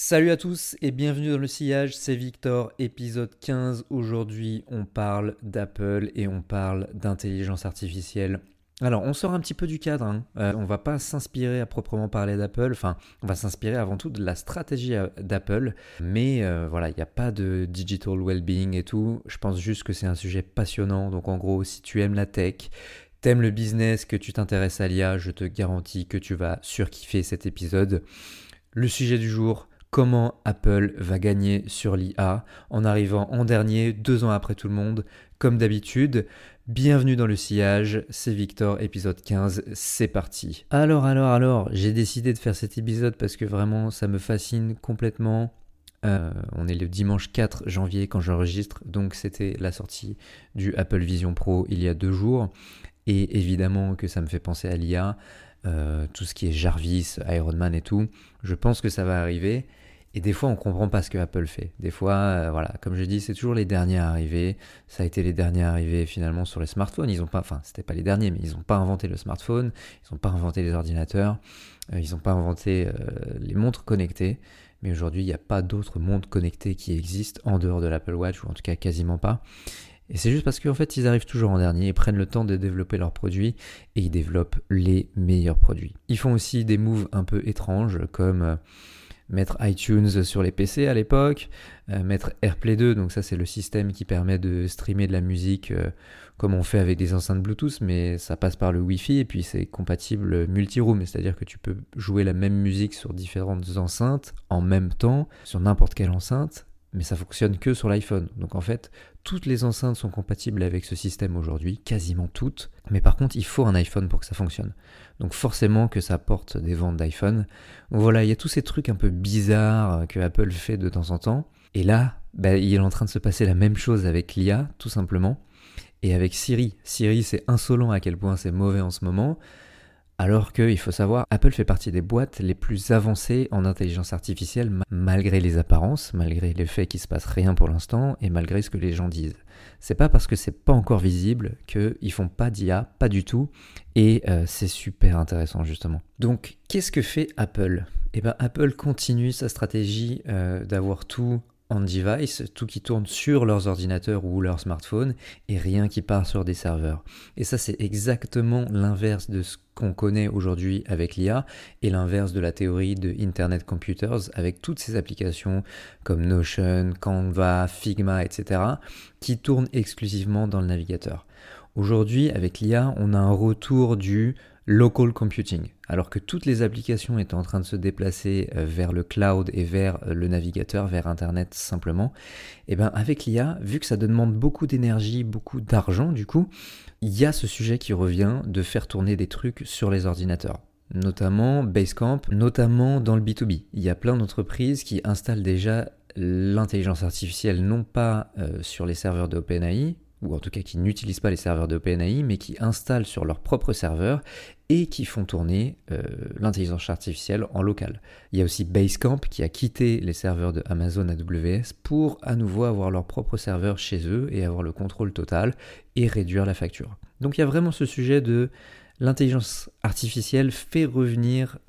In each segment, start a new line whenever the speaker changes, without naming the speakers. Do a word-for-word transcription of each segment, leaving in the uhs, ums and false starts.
Salut à tous et bienvenue dans le sillage, c'est Victor, épisode quinze. Aujourd'hui, on parle d'Apple et on parle d'intelligence artificielle. Alors, on sort un petit peu du cadre, hein. euh, on va pas s'inspirer à proprement parler d'Apple, enfin, on va s'inspirer avant tout de la stratégie d'Apple, mais euh, voilà, il n'y a pas de digital well-being et tout. Je pense juste que c'est un sujet passionnant, donc en gros, si tu aimes la tech, t'aimes le business, que tu t'intéresses à l'I A, je te garantis que tu vas surkiffer cet épisode. Le sujet du jour: comment Apple va gagner sur l'I A en arrivant en dernier, deux ans après tout le monde, comme d'habitude. Bienvenue dans le sillage, c'est Victor, épisode quinze, c'est parti. Alors, alors, alors, j'ai décidé de faire cet épisode parce que vraiment, ça me fascine complètement. Euh, on est le dimanche quatre janvier quand j'enregistre, donc c'était la sortie du Apple Vision Pro il y a deux jours. Et évidemment que ça me fait penser à l'I A. Euh, tout ce qui est Jarvis, Iron Man et tout, je pense que ça va arriver. Et des fois, on comprend pas ce que Apple fait. Des fois, euh, voilà, comme je dis, c'est toujours les derniers à arriver. Ça a été les derniers à arriver finalement sur les smartphones. Ils ont pas, enfin, c'était pas les derniers, mais ils n'ont pas inventé le smartphone. Ils n'ont pas inventé les ordinateurs. Euh, ils n'ont pas inventé euh, les montres connectées. Mais aujourd'hui, il n'y a pas d'autres montres connectées qui existent en dehors de l'Apple Watch, ou en tout cas quasiment pas. Et c'est juste parce qu'en fait, ils arrivent toujours en dernier, ils prennent le temps de développer leurs produits et ils développent les meilleurs produits. Ils font aussi des moves un peu étranges, comme euh, mettre iTunes sur les P C à l'époque, euh, mettre AirPlay deux, donc ça c'est le système qui permet de streamer de la musique euh, comme on fait avec des enceintes Bluetooth, mais ça passe par le Wi-Fi et puis c'est compatible multi-room, c'est-à-dire que tu peux jouer la même musique sur différentes enceintes en même temps, sur n'importe quelle enceinte, mais ça fonctionne que sur l'iPhone. Donc en fait, toutes les enceintes sont compatibles avec ce système aujourd'hui, quasiment toutes. Mais par contre, il faut un iPhone pour que ça fonctionne. Donc forcément que ça apporte des ventes d'iPhone. Donc voilà, il y a tous ces trucs un peu bizarres que Apple fait de temps en temps. Et là, bah, il est en train de se passer la même chose avec l'I A, tout simplement. Et avec Siri. Siri, c'est insolent à quel point c'est mauvais en ce moment. Alors qu'il faut savoir, Apple fait partie des boîtes les plus avancées en intelligence artificielle, malgré les apparences, malgré le fait qu'il ne se passe rien pour l'instant, et malgré ce que les gens disent. C'est pas parce que c'est pas encore visible qu'ils font pas d'I A, pas du tout, et euh, c'est super intéressant justement. Donc, qu'est-ce que fait Apple ? Eh ben, Apple continue sa stratégie euh, d'avoir tout on-device, tout qui tourne sur leurs ordinateurs ou leurs smartphones et rien qui part sur des serveurs. Et ça, c'est exactement l'inverse de ce qu'on connaît aujourd'hui avec l'I A et l'inverse de la théorie de Internet Computers avec toutes ces applications comme Notion, Canva, Figma, et cetera qui tournent exclusivement dans le navigateur. Aujourd'hui, avec l'I A, on a un retour du local computing, alors que toutes les applications étaient en train de se déplacer vers le cloud et vers le navigateur, vers Internet simplement, et bien avec l'I A, vu que ça demande beaucoup d'énergie, beaucoup d'argent du coup, il y a ce sujet qui revient de faire tourner des trucs sur les ordinateurs. Notamment Basecamp, notamment dans le B deux B. Il y a plein d'entreprises qui installent déjà l'intelligence artificielle non pas euh, sur les serveurs de OpenAI, ou en tout cas qui n'utilisent pas les serveurs de OpenAI, mais qui installent sur leur propre serveur et qui font tourner euh, l'intelligence artificielle en local. Il y a aussi Basecamp qui a quitté les serveurs de Amazon A W S pour à nouveau avoir leur propre serveur chez eux et avoir le contrôle total et réduire la facture. Donc il y a vraiment ce sujet de l'intelligence artificielle fait revenir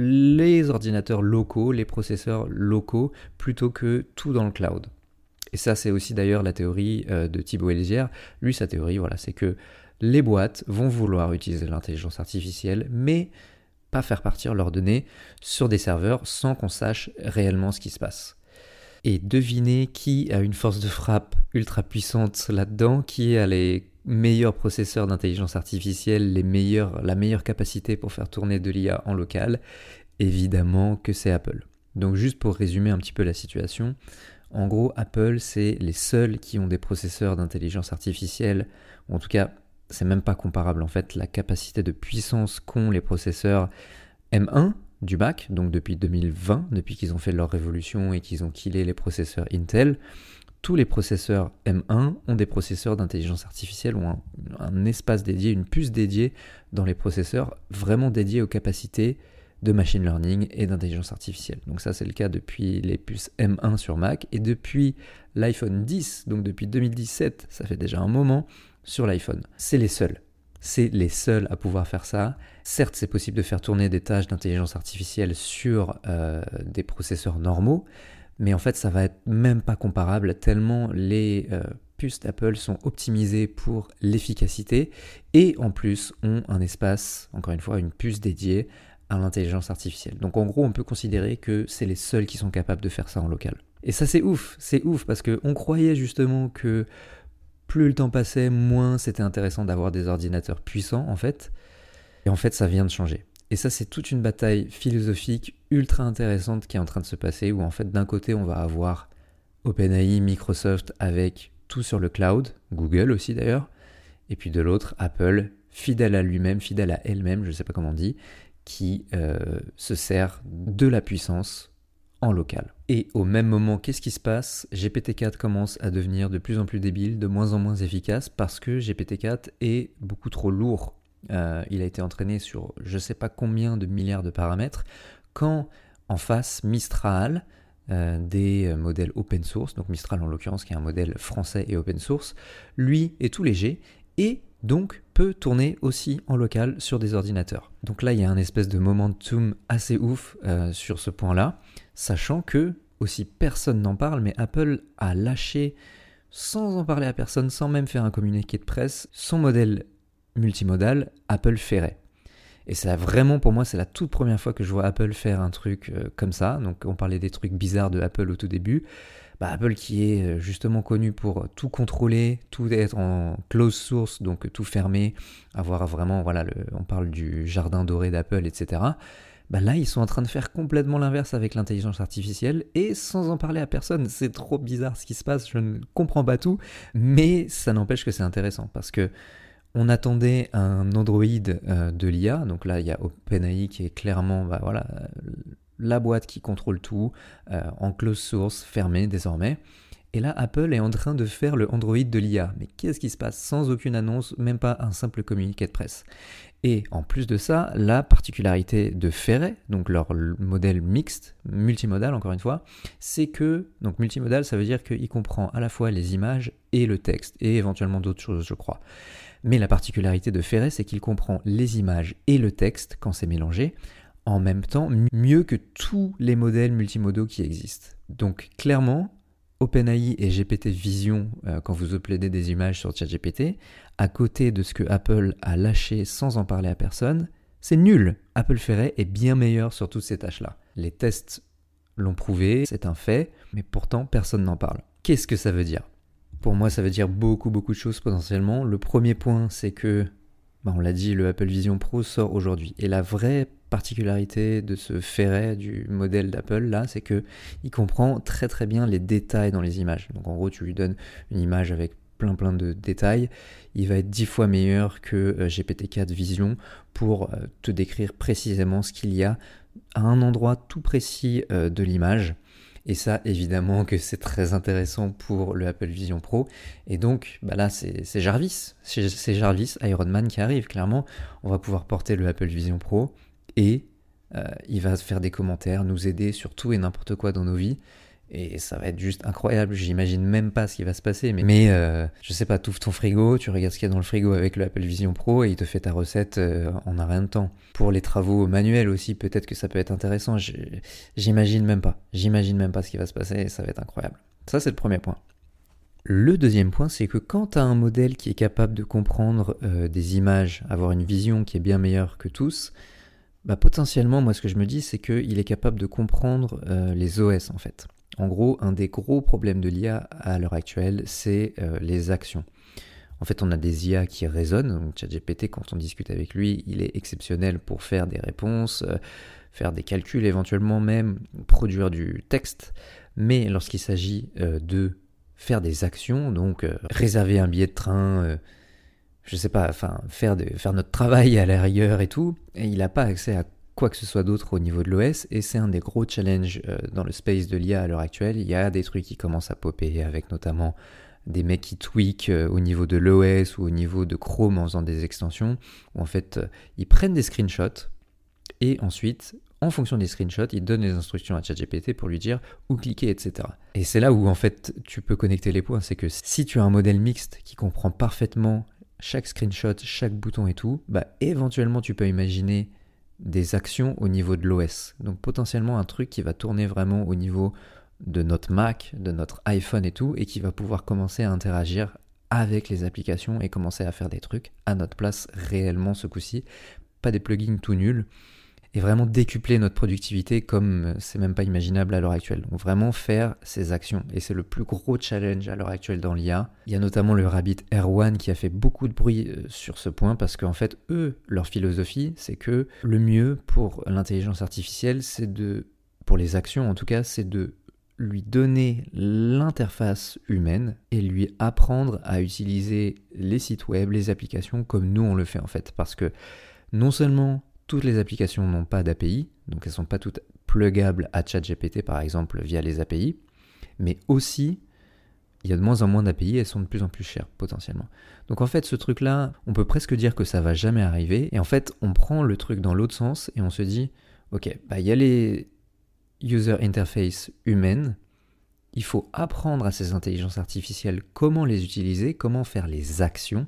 les ordinateurs locaux, les processeurs locaux, plutôt que tout dans le cloud. Et ça, c'est aussi d'ailleurs la théorie euh, de Thibaut Elzière. Lui, sa théorie, voilà, c'est que les boîtes vont vouloir utiliser l'intelligence artificielle, mais pas faire partir leurs données sur des serveurs sans qu'on sache réellement ce qui se passe. Et devinez qui a une force de frappe ultra puissante là-dedans, qui a les meilleurs processeurs d'intelligence artificielle, les meilleurs, la meilleure capacité pour faire tourner de l'I A en local. Évidemment que c'est Apple. Donc juste pour résumer un petit peu la situation, en gros, Apple, c'est les seuls qui ont des processeurs d'intelligence artificielle, ou en tout cas, c'est même pas comparable en fait, la capacité de puissance qu'ont les processeurs M un du Mac, donc depuis deux mille vingt, depuis qu'ils ont fait leur révolution et qu'ils ont killé les processeurs Intel, tous les processeurs M un ont des processeurs d'intelligence artificielle, ou un, un espace dédié, une puce dédiée dans les processeurs, vraiment dédiée aux capacités de machine learning et d'intelligence artificielle. Donc ça, c'est le cas depuis les puces M un sur Mac et depuis l'iPhone dix, donc depuis deux mille dix-sept, ça fait déjà un moment, sur l'iPhone. C'est les seuls. C'est les seuls à pouvoir faire ça. Certes, c'est possible de faire tourner des tâches d'intelligence artificielle sur euh, des processeurs normaux, mais en fait, ça va être même pas comparable tellement les euh, puces d'Apple sont optimisées pour l'efficacité et en plus ont un espace, encore une fois, une puce dédiée à l'intelligence artificielle. Donc en gros, on peut considérer que c'est les seuls qui sont capables de faire ça en local. Et ça, c'est ouf, c'est ouf parce qu'on croyait justement que plus le temps passait, moins c'était intéressant d'avoir des ordinateurs puissants en fait. Et en fait, ça vient de changer. Et ça, c'est toute une bataille philosophique ultra intéressante qui est en train de se passer, où en fait, d'un côté, on va avoir OpenAI, Microsoft avec tout sur le cloud, Google aussi d'ailleurs, et puis de l'autre, Apple, fidèle à lui-même, fidèle à elle-même, je ne sais pas comment on dit, qui euh, se sert de la puissance en local. Et au même moment, qu'est-ce qui se passe ? G P T quatre commence à devenir de plus en plus débile, de moins en moins efficace, parce que G P T quatre est beaucoup trop lourd. Euh, il a été entraîné sur je ne sais pas combien de milliards de paramètres, quand en face Mistral, euh, des modèles open source, donc Mistral en l'occurrence qui est un modèle français et open source, lui est tout léger et donc peut tourner aussi en local sur des ordinateurs. Donc là il y a un espèce de momentum assez ouf euh, sur ce point-là, sachant que aussi personne n'en parle, mais Apple a lâché, sans en parler à personne, sans même faire un communiqué de presse, son modèle multimodal Apple Ferret. Et c'est là, vraiment pour moi, c'est la toute première fois que je vois Apple faire un truc euh, comme ça. Donc on parlait des trucs bizarres de Apple au tout début. Bah, Apple qui est justement connu pour tout contrôler, tout être en close source, donc tout fermé, avoir vraiment, voilà, le, on parle du jardin doré d'Apple, et cetera. Bah là, ils sont en train de faire complètement l'inverse avec l'intelligence artificielle et sans en parler à personne. C'est trop bizarre ce qui se passe, je ne comprends pas tout, mais ça n'empêche que c'est intéressant parce que on attendait un Android euh, de l'I A, donc là il y a OpenAI qui est clairement bah, voilà, la boîte qui contrôle tout, euh, en close source, fermée désormais. Et là Apple est en train de faire le Android de l'I A. Mais qu'est-ce qui se passe ? Sans aucune annonce, même pas un simple communiqué de presse. Et en plus de ça, la particularité de Ferret, donc leur modèle mixte, multimodal encore une fois, c'est que, donc multimodal ça veut dire qu'il comprend à la fois les images et le texte, et éventuellement d'autres choses je crois. Mais la particularité de Ferret, c'est qu'il comprend les images et le texte quand c'est mélangé, en même temps mieux que tous les modèles multimodaux qui existent. Donc clairement, OpenAI et G P T Vision, euh, quand vous uploadez des images sur ChatGPT, à côté de ce que Apple a lâché sans en parler à personne, c'est nul. Apple Ferret est bien meilleur sur toutes ces tâches-là. Les tests l'ont prouvé, c'est un fait, mais pourtant personne n'en parle. Qu'est-ce que ça veut dire ? Pour moi, ça veut dire beaucoup, beaucoup de choses potentiellement. Le premier point, c'est que, bah on l'a dit, le Apple Vision Pro sort aujourd'hui. Et la vraie particularité de ce Ferret du modèle d'Apple, là, c'est qu'il comprend très très bien les détails dans les images. Donc en gros, tu lui donnes une image avec plein plein de détails. Il va être dix fois meilleur que G P T quatre Vision pour te décrire précisément ce qu'il y a à un endroit tout précis de l'image. Et ça, évidemment, que c'est très intéressant pour le Apple Vision Pro. Et donc, bah là, c'est, c'est Jarvis. C'est, c'est Jarvis, Iron Man qui arrive. Clairement, on va pouvoir porter le Apple Vision Pro et euh, il va faire des commentaires, nous aider sur tout et n'importe quoi dans nos vies. Et ça va être juste incroyable. J'imagine même pas ce qui va se passer. Mais, mais euh, je sais pas, tu ouvres ton frigo, tu regardes ce qu'il y a dans le frigo avec le Apple Vision Pro et il te fait ta recette euh, en un rien de temps. Pour les travaux manuels aussi, peut-être que ça peut être intéressant. Je, j'imagine même pas. J'imagine même pas ce qui va se passer et ça va être incroyable. Ça, c'est le premier point. Le deuxième point, c'est que quand tu as un modèle qui est capable de comprendre euh, des images, avoir une vision qui est bien meilleure que tous, bah potentiellement, moi, ce que je me dis, c'est qu'il est capable de comprendre euh, les O S en fait. En gros, un des gros problèmes de l'I A à l'heure actuelle, c'est euh, les actions. En fait, on a des I A qui résonnent. Donc, ChatGPT, quand on discute avec lui, il est exceptionnel pour faire des réponses, euh, faire des calculs, éventuellement même produire du texte. Mais lorsqu'il s'agit euh, de faire des actions, donc euh, réserver un billet de train, euh, je sais pas, enfin faire, de, faire notre travail à la rigueur et tout, et il n'a pas accès à quoi que ce soit d'autre au niveau de l'O S, et c'est un des gros challenges euh, dans le space de l'I A à l'heure actuelle. Il y a des trucs qui commencent à popper avec notamment des mecs qui tweakent euh, au niveau de l'O S ou au niveau de Chrome en faisant des extensions, où en fait euh, ils prennent des screenshots et ensuite, en fonction des screenshots, ils donnent les instructions à ChatGPT pour lui dire où cliquer, et cetera. Et c'est là où en fait tu peux connecter les points, c'est que si tu as un modèle mixte qui comprend parfaitement chaque screenshot, chaque bouton et tout, bah éventuellement tu peux imaginer des actions au niveau de l'O S. Donc potentiellement un truc qui va tourner vraiment au niveau de notre Mac, de notre iPhone et tout, et qui va pouvoir commencer à interagir avec les applications et commencer à faire des trucs à notre place réellement ce coup-ci. Pas des plugins tout nuls. Et vraiment décupler notre productivité comme c'est même pas imaginable à l'heure actuelle. Donc vraiment faire ces actions. Et c'est le plus gros challenge à l'heure actuelle dans l'I A. Il y a notamment le Rabbit R un qui a fait beaucoup de bruit sur ce point parce qu'en fait, eux, leur philosophie, c'est que le mieux pour l'intelligence artificielle, c'est de, pour les actions en tout cas, c'est de lui donner l'interface humaine et lui apprendre à utiliser les sites web, les applications comme nous on le fait en fait. Parce que non seulement toutes les applications n'ont pas d'A P I, donc elles ne sont pas toutes pluggables à ChatGPT par exemple via les A P I, mais aussi il y a de moins en moins d'A P I et elles sont de plus en plus chères potentiellement. Donc en fait ce truc-là, on peut presque dire que ça va jamais arriver et en fait on prend le truc dans l'autre sens et on se dit ok, bah il y a les user interface humaines, il faut apprendre à ces intelligences artificielles comment les utiliser, comment faire les actions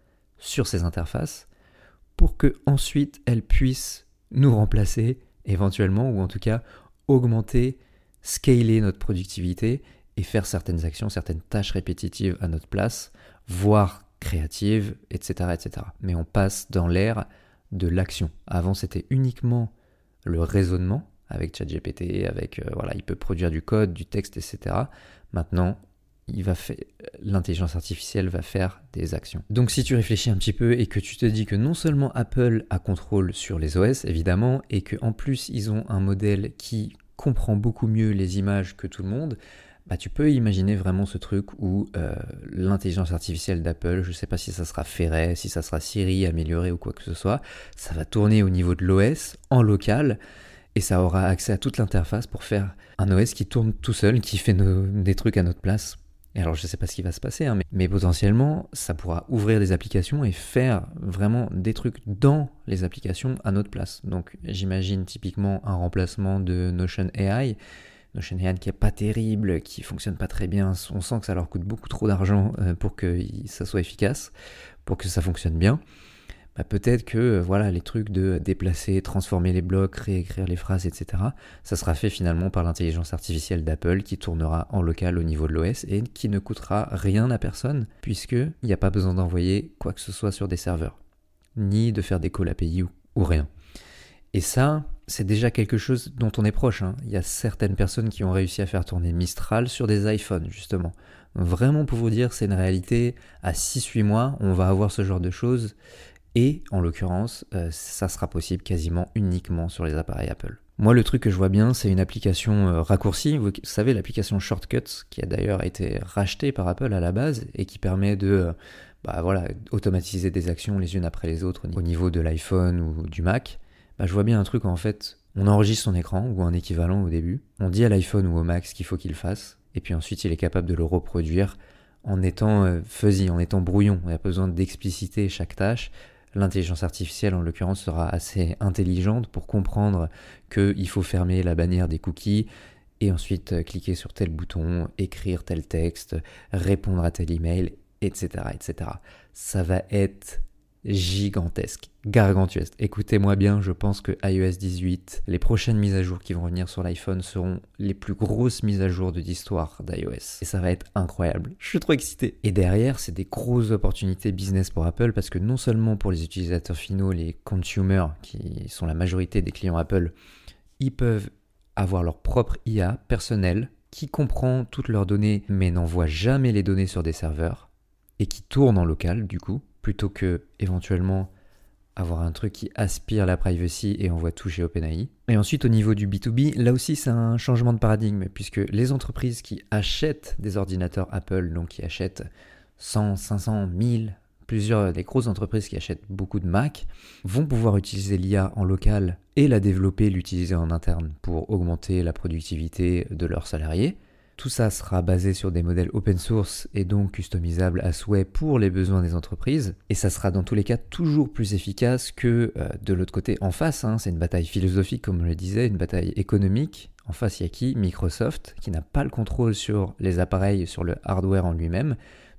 sur ces interfaces pour que ensuite elles puissent nous remplacer éventuellement ou en tout cas augmenter, scaler notre productivité et faire certaines actions, certaines tâches répétitives à notre place, voire créatives, et cetera, et cetera. Mais on passe dans l'ère de l'action. Avant c'était uniquement le raisonnement avec ChatGPT, avec euh, voilà, il peut produire du code, du texte, et cetera. Maintenant, il va faire, l'intelligence artificielle va faire des actions. Donc si tu réfléchis un petit peu et que tu te dis que non seulement Apple a contrôle sur les O S, évidemment, et qu'en plus ils ont un modèle qui comprend beaucoup mieux les images que tout le monde, bah tu peux imaginer vraiment ce truc où euh, l'intelligence artificielle d'Apple, je ne sais pas si ça sera Ferret, si ça sera Siri amélioré ou quoi que ce soit, ça va tourner au niveau de l'O S en local, et ça aura accès à toute l'interface pour faire un O S qui tourne tout seul, qui fait nos, des trucs à notre place. Et alors je ne sais pas ce qui va se passer, hein, mais, mais potentiellement ça pourra ouvrir des applications et faire vraiment des trucs dans les applications à notre place. Donc j'imagine typiquement un remplacement de Notion A I, Notion A I qui est pas terrible, qui fonctionne pas très bien, on sent que ça leur coûte beaucoup trop d'argent pour que ça soit efficace, pour que ça fonctionne bien. Bah peut-être que voilà, les trucs de déplacer, transformer les blocs, réécrire les phrases, et cetera, ça sera fait finalement par l'intelligence artificielle d'Apple qui tournera en local au niveau de l'O S et qui ne coûtera rien à personne puisqu'il n'y a pas besoin d'envoyer quoi que ce soit sur des serveurs, ni de faire des calls A P I ou, ou rien. Et ça, c'est déjà quelque chose dont on est proche. Hein. Il y a certaines personnes qui ont réussi à faire tourner Mistral sur des iPhones, justement. Donc vraiment, pour vous dire, c'est une réalité. À six huit mois, on va avoir ce genre de choses. Et en l'occurrence, euh, ça sera possible quasiment uniquement sur les appareils Apple. Moi, le truc que je vois bien, c'est une application euh, raccourcie. Vous savez, l'application Shortcuts, qui a d'ailleurs été rachetée par Apple à la base et qui permet de euh, bah, voilà, automatiser des actions les unes après les autres au niveau de l'iPhone ou du Mac. Bah, je vois bien un truc où en fait, on enregistre son écran ou un équivalent au début. On dit à l'iPhone ou au Mac ce qu'il faut qu'il fasse. Et puis ensuite, il est capable de le reproduire en étant euh, fuzzy, en étant brouillon. On n'a pas besoin d'expliciter chaque tâche. L'intelligence artificielle, en l'occurrence, sera assez intelligente pour comprendre qu'il faut fermer la bannière des cookies et ensuite cliquer sur tel bouton, écrire tel texte, répondre à tel email, et cetera, et cetera. Ça va être gigantesque, gargantuesque. Écoutez-moi bien, je pense que i O S dix-huit, les prochaines mises à jour qui vont revenir sur l'iPhone seront les plus grosses mises à jour de l'histoire d'iOS. Et ça va être incroyable. Je suis trop excité. Et derrière, c'est des grosses opportunités business pour Apple parce que non seulement pour les utilisateurs finaux, les consumers, qui sont la majorité des clients Apple, ils peuvent avoir leur propre I A personnelle qui comprend toutes leurs données mais n'envoie jamais les données sur des serveurs et qui tourne en local du coup, plutôt que éventuellement avoir un truc qui aspire la privacy et envoie tout chez OpenAI. Et ensuite au niveau du B deux B, là aussi c'est un changement de paradigme puisque les entreprises qui achètent des ordinateurs Apple, donc qui achètent cent, cinq cents, mille, plusieurs des grosses entreprises qui achètent beaucoup de Mac, vont pouvoir utiliser l'I A en local et la développer, l'utiliser en interne pour augmenter la productivité de leurs salariés. Tout ça sera basé sur des modèles open source et donc customisables à souhait pour les besoins des entreprises. Et ça sera dans tous les cas toujours plus efficace que euh, de l'autre côté en face. Hein, c'est une bataille philosophique comme je le disais, une bataille économique. En face, il y a qui ? Microsoft, qui n'a pas le contrôle sur les appareils, sur le hardware en lui-même.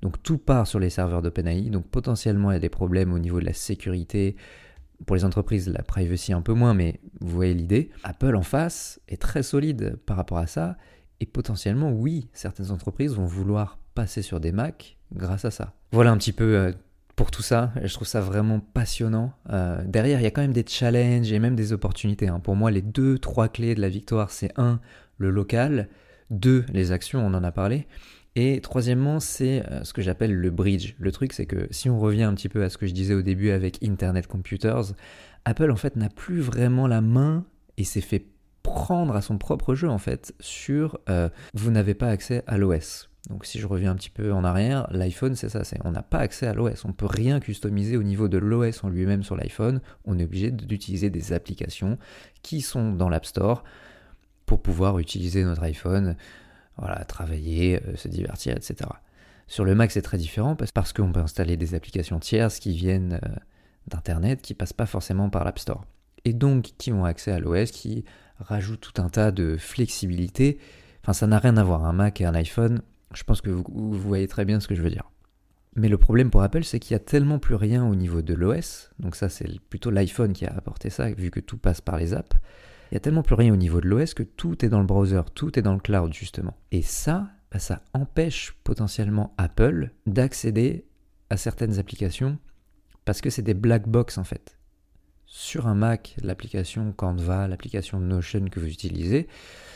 Donc tout part sur les serveurs d'OpenAI, donc potentiellement il y a des problèmes au niveau de la sécurité. Pour les entreprises, la privacy un peu moins, mais vous voyez l'idée. Apple en face est très solide par rapport à ça, et potentiellement, oui, certaines entreprises vont vouloir passer sur des Mac grâce à ça. Voilà un petit peu euh, pour tout ça, je trouve ça vraiment passionnant. Euh, derrière, il y a quand même des challenges et même des opportunités. Hein. Pour moi, les deux, trois clés de la victoire, c'est un, le local, deux, les actions, on en a parlé, et troisièmement, c'est ce que j'appelle le bridge. Le truc, c'est que si on revient un petit peu à ce que je disais au début avec Internet Computers, Apple en fait n'a plus vraiment la main et s'est fait prendre à son propre jeu en fait sur euh, vous n'avez pas accès à l'O S. Donc si je reviens un petit peu en arrière, l'iPhone c'est ça, c'est on n'a pas accès à l'O S, on ne peut rien customiser au niveau de l'O S en lui-même sur l'iPhone, on est obligé d'utiliser des applications qui sont dans l'App Store pour pouvoir utiliser notre iPhone. Voilà, travailler, euh, se divertir, et cetera. Sur le Mac, c'est très différent parce qu'on peut installer des applications tierces qui viennent euh, d'Internet, qui ne passent pas forcément par l'App Store. Et donc, qui ont accès à l'O S, qui rajoutent tout un tas de flexibilité. Enfin, ça n'a rien à voir, un Mac et un iPhone. Je pense que vous, vous voyez très bien ce que je veux dire. Mais le problème pour Apple, c'est qu'il n'y a tellement plus rien au niveau de l'O S. Donc ça, c'est plutôt l'iPhone qui a apporté ça, vu que tout passe par les apps. Il n'y a tellement plus rien au niveau de l'O S que tout est dans le browser, tout est dans le cloud justement. Et ça, bah, ça empêche potentiellement Apple d'accéder à certaines applications parce que c'est des black box en fait. Sur un Mac, l'application Canva, l'application Notion que vous utilisez,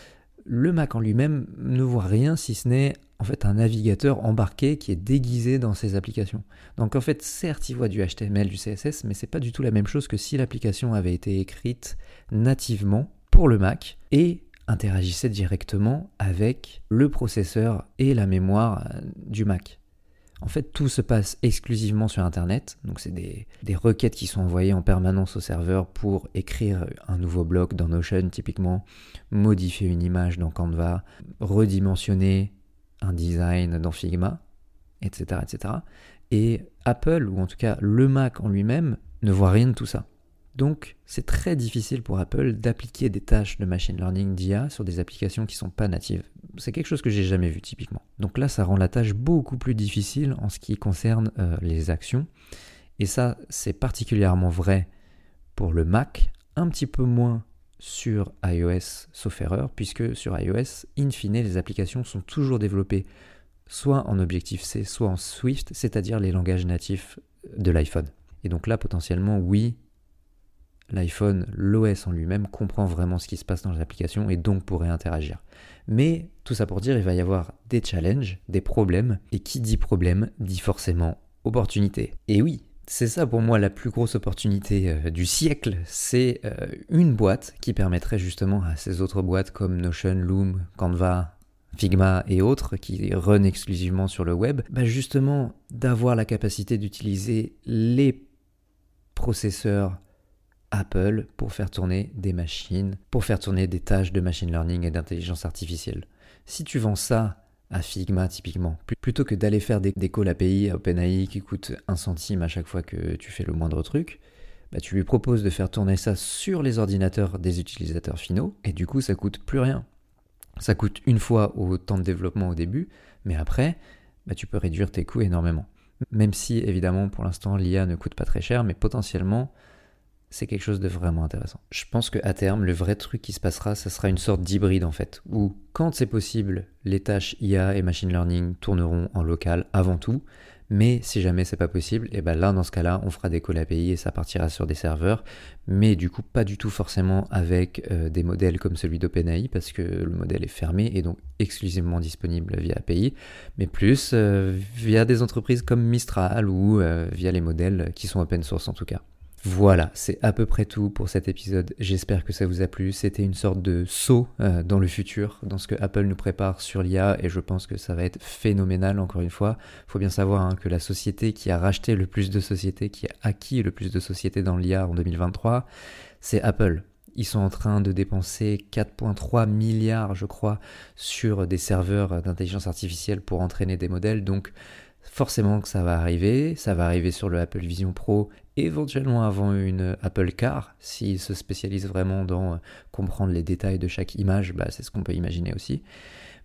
le Mac en lui-même ne voit rien si ce n'est en fait un navigateur embarqué qui est déguisé dans ces applications. Donc en fait, certes, il voit du H T M L, du C S S, mais c'est pas du tout la même chose que si l'application avait été écrite nativement pour le Mac et interagissait directement avec le processeur et la mémoire du Mac. En fait, tout se passe exclusivement sur Internet, donc c'est des, des requêtes qui sont envoyées en permanence au serveur pour écrire un nouveau bloc dans Notion, typiquement, modifier une image dans Canva, redimensionner un design dans Figma, et cetera, et cetera. Et Apple, ou en tout cas le Mac en lui-même, ne voit rien de tout ça. Donc, c'est très difficile pour Apple d'appliquer des tâches de machine learning d'I A sur des applications qui ne sont pas natives. C'est quelque chose que j'ai jamais vu typiquement. Donc là, ça rend la tâche beaucoup plus difficile en ce qui concerne euh, les actions. Et ça, c'est particulièrement vrai pour le Mac, un petit peu moins sur iOS, sauf erreur, puisque sur iOS, in fine, les applications sont toujours développées soit en Objective-C, soit en Swift, c'est-à-dire les langages natifs de l'iPhone. Et donc là, potentiellement, oui, l'iPhone, l'O S en lui-même, comprend vraiment ce qui se passe dans les applications et donc pourrait interagir. Mais tout ça pour dire, il va y avoir des challenges, des problèmes, et qui dit problème dit forcément opportunité. Et oui, c'est ça pour moi la plus grosse opportunité euh, du siècle, c'est euh, une boîte qui permettrait justement à ces autres boîtes comme Notion, Loom, Canva, Figma et autres qui run exclusivement sur le web, bah justement d'avoir la capacité d'utiliser les processeurs Apple pour faire tourner des machines, pour faire tourner des tâches de machine learning et d'intelligence artificielle. Si tu vends ça à Figma typiquement, plutôt que d'aller faire des, des calls A P I à OpenAI qui coûtent un centime à chaque fois que tu fais le moindre truc, bah tu lui proposes de faire tourner ça sur les ordinateurs des utilisateurs finaux et du coup ça coûte plus rien. Ça coûte une fois au temps de développement au début, mais après, bah tu peux réduire tes coûts énormément. Même si évidemment pour l'instant l'I A ne coûte pas très cher, mais potentiellement c'est quelque chose de vraiment intéressant. Je pense qu'à terme, le vrai truc qui se passera, ça sera une sorte d'hybride en fait, où quand c'est possible, les tâches I A et machine learning tourneront en local avant tout, mais si jamais c'est pas possible, et ben là dans ce cas-là, on fera des calls A P I et ça partira sur des serveurs, mais du coup pas du tout forcément avec euh, des modèles comme celui d'OpenAI parce que le modèle est fermé et donc exclusivement disponible via A P I, mais plus euh, via des entreprises comme Mistral ou euh, via les modèles qui sont open source en tout cas. Voilà, c'est à peu près tout pour cet épisode. J'espère que ça vous a plu. C'était une sorte de saut euh, dans le futur, dans ce que Apple nous prépare sur l'I A, et je pense que ça va être phénoménal encore une fois. Il faut bien savoir hein, que la société qui a racheté le plus de sociétés, qui a acquis le plus de sociétés dans l'I A en deux mille vingt-trois, c'est Apple. Ils sont en train de dépenser quatre virgule trois milliards, je crois, sur des serveurs d'intelligence artificielle pour entraîner des modèles, donc forcément que ça va arriver, ça va arriver sur le Apple Vision Pro, éventuellement avant une Apple Car, s'ils se spécialisent vraiment dans comprendre les détails de chaque image, bah c'est ce qu'on peut imaginer aussi.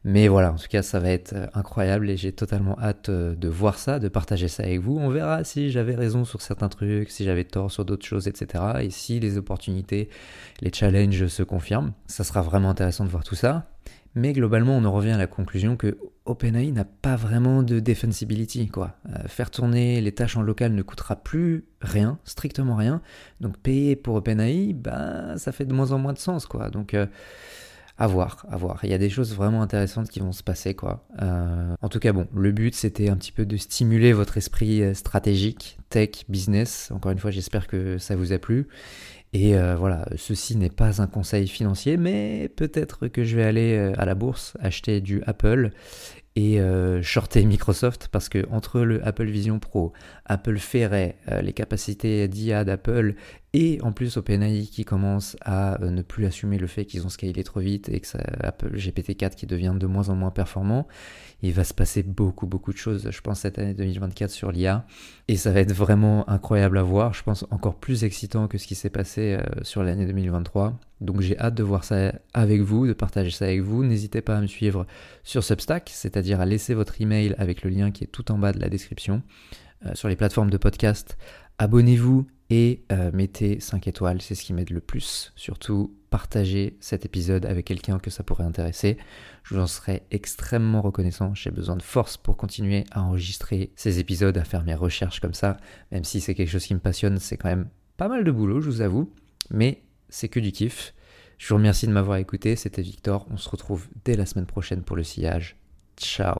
Mais voilà, en tout cas, ça va être incroyable et j'ai totalement hâte de voir ça, de partager ça avec vous. On verra si j'avais raison sur certains trucs, si j'avais tort sur d'autres choses, et cetera. Et si les opportunités, les challenges se confirment, ça sera vraiment intéressant de voir tout ça. Mais globalement, on en revient à la conclusion que OpenAI n'a pas vraiment de defensibility, quoi. Euh, faire tourner les tâches en local ne coûtera plus rien, strictement rien. Donc payer pour OpenAI, bah, ça fait de moins en moins de sens, quoi. Donc euh, à voir, à voir. Il y a des choses vraiment intéressantes qui vont se passer, quoi. Euh, en tout cas, bon, le but, c'était un petit peu de stimuler votre esprit stratégique, tech, business. Encore une fois, j'espère que ça vous a plu. Et euh, voilà, ceci n'est pas un conseil financier, mais peut-être que je vais aller à la bourse acheter du Apple et euh, shorter Microsoft, parce que entre le Apple Vision Pro, Apple Ferret, euh, les capacités d'I A d'Apple, et en plus OpenAI qui commence à euh, ne plus assumer le fait qu'ils ont scalé trop vite et que ça, Apple G P T quatre qui devient de moins en moins performant, il va se passer beaucoup beaucoup de choses, je pense, cette année deux mille vingt-quatre sur l'I A, et ça va être vraiment incroyable à voir, je pense encore plus excitant que ce qui s'est passé euh, sur l'année deux mille vingt-trois. Donc j'ai hâte de voir ça avec vous, de partager ça avec vous. N'hésitez pas à me suivre sur Substack, c'est-à-dire à laisser votre email avec le lien qui est tout en bas de la description. Euh, sur les plateformes de podcast, abonnez-vous et euh, mettez cinq étoiles, c'est ce qui m'aide le plus. Surtout, partagez cet épisode avec quelqu'un que ça pourrait intéresser. Je vous en serais extrêmement reconnaissant. J'ai besoin de force pour continuer à enregistrer ces épisodes, à faire mes recherches comme ça. Même si c'est quelque chose qui me passionne, c'est quand même pas mal de boulot, je vous avoue. Mais c'est que du kiff. Je vous remercie de m'avoir écouté, c'était Victor, on se retrouve dès la semaine prochaine pour le sillage. Ciao.